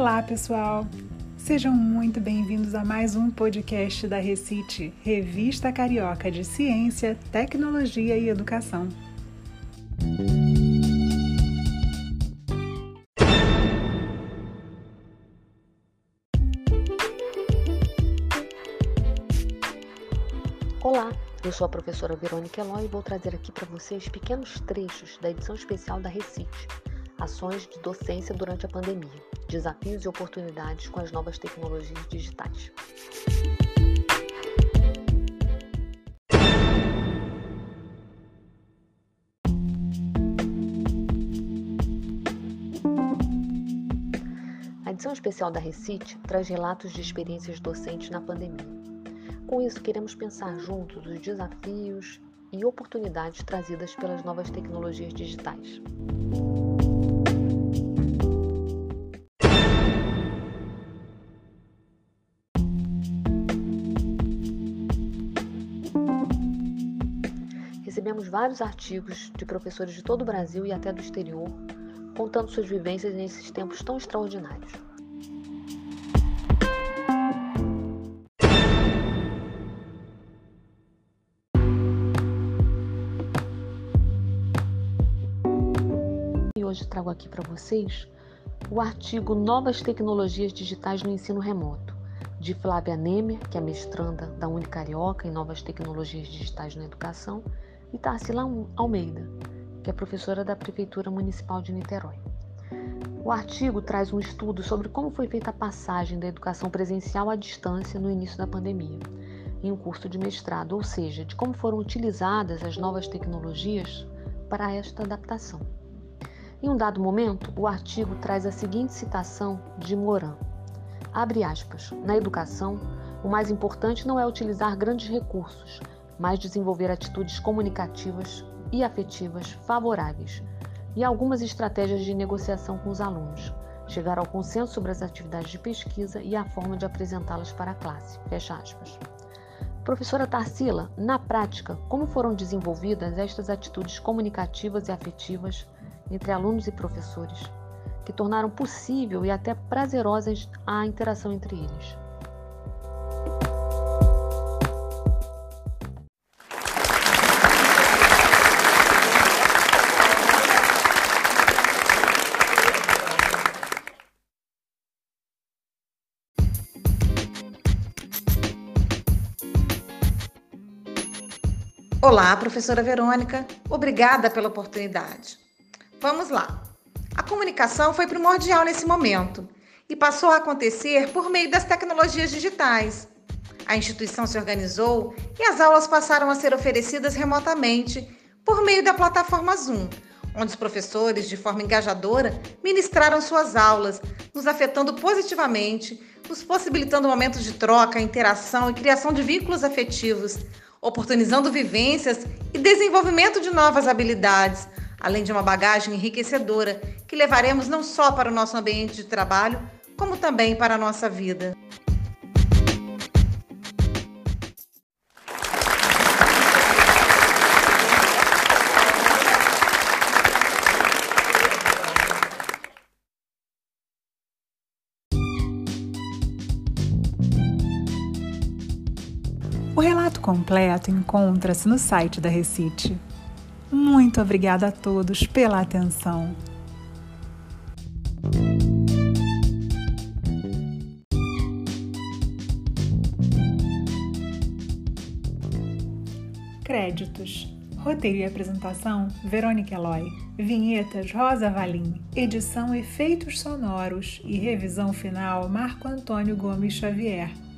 Olá, pessoal! Sejam muito bem-vindos a mais um podcast da Recite, Revista Carioca de Ciência, Tecnologia e Educação. Olá, eu sou a professora Verônica Eloy e vou trazer aqui para vocês pequenos trechos da edição especial da Recite, Ações de Docência durante a Pandemia, Desafios e Oportunidades com as Novas Tecnologias Digitais. A edição especial da Recite traz relatos de experiências docentes na pandemia. Com isso, queremos pensar juntos os desafios e oportunidades trazidas pelas novas tecnologias digitais. Recebemos vários artigos de professores de todo o Brasil e até do exterior, contando suas vivências nesses tempos tão extraordinários. E hoje trago aqui para vocês o artigo Novas Tecnologias Digitais no Ensino Remoto, de Flávia Nemer, que é mestranda da Unicarioca em Novas Tecnologias Digitais na Educação, e Tarsila Almeida, que é professora da Prefeitura Municipal de Niterói. O artigo traz um estudo sobre como foi feita a passagem da educação presencial à distância no início da pandemia, em um curso de mestrado, ou seja, de como foram utilizadas as novas tecnologias para esta adaptação. Em um dado momento, o artigo traz a seguinte citação de Moran. Abre aspas, na educação, o mais importante não é utilizar grandes recursos, mas desenvolver atitudes comunicativas e afetivas favoráveis e algumas estratégias de negociação com os alunos, chegar ao consenso sobre as atividades de pesquisa e a forma de apresentá-las para a classe. Fecha aspas. Professora Tarsila, na prática, como foram desenvolvidas estas atitudes comunicativas e afetivas entre alunos e professores, que tornaram possível e até prazerosas a interação entre eles? Olá, professora Verônica. Obrigada pela oportunidade. Vamos lá. A comunicação foi primordial nesse momento e passou a acontecer por meio das tecnologias digitais. A instituição se organizou e as aulas passaram a ser oferecidas remotamente por meio da plataforma Zoom, onde os professores, de forma engajadora, ministraram suas aulas, nos afetando positivamente, nos possibilitando momentos de troca, interação e criação de vínculos afetivos, oportunizando vivências e desenvolvimento de novas habilidades, além de uma bagagem enriquecedora que levaremos não só para o nosso ambiente de trabalho, como também para a nossa vida. O relato completo encontra-se no site da Recite. Muito obrigada a todos pela atenção. Créditos. Roteiro e apresentação, Verônica Eloy. Vinhetas, Rosa Valim. Edição, efeitos sonoros e revisão final, Marco Antônio Gomes Xavier.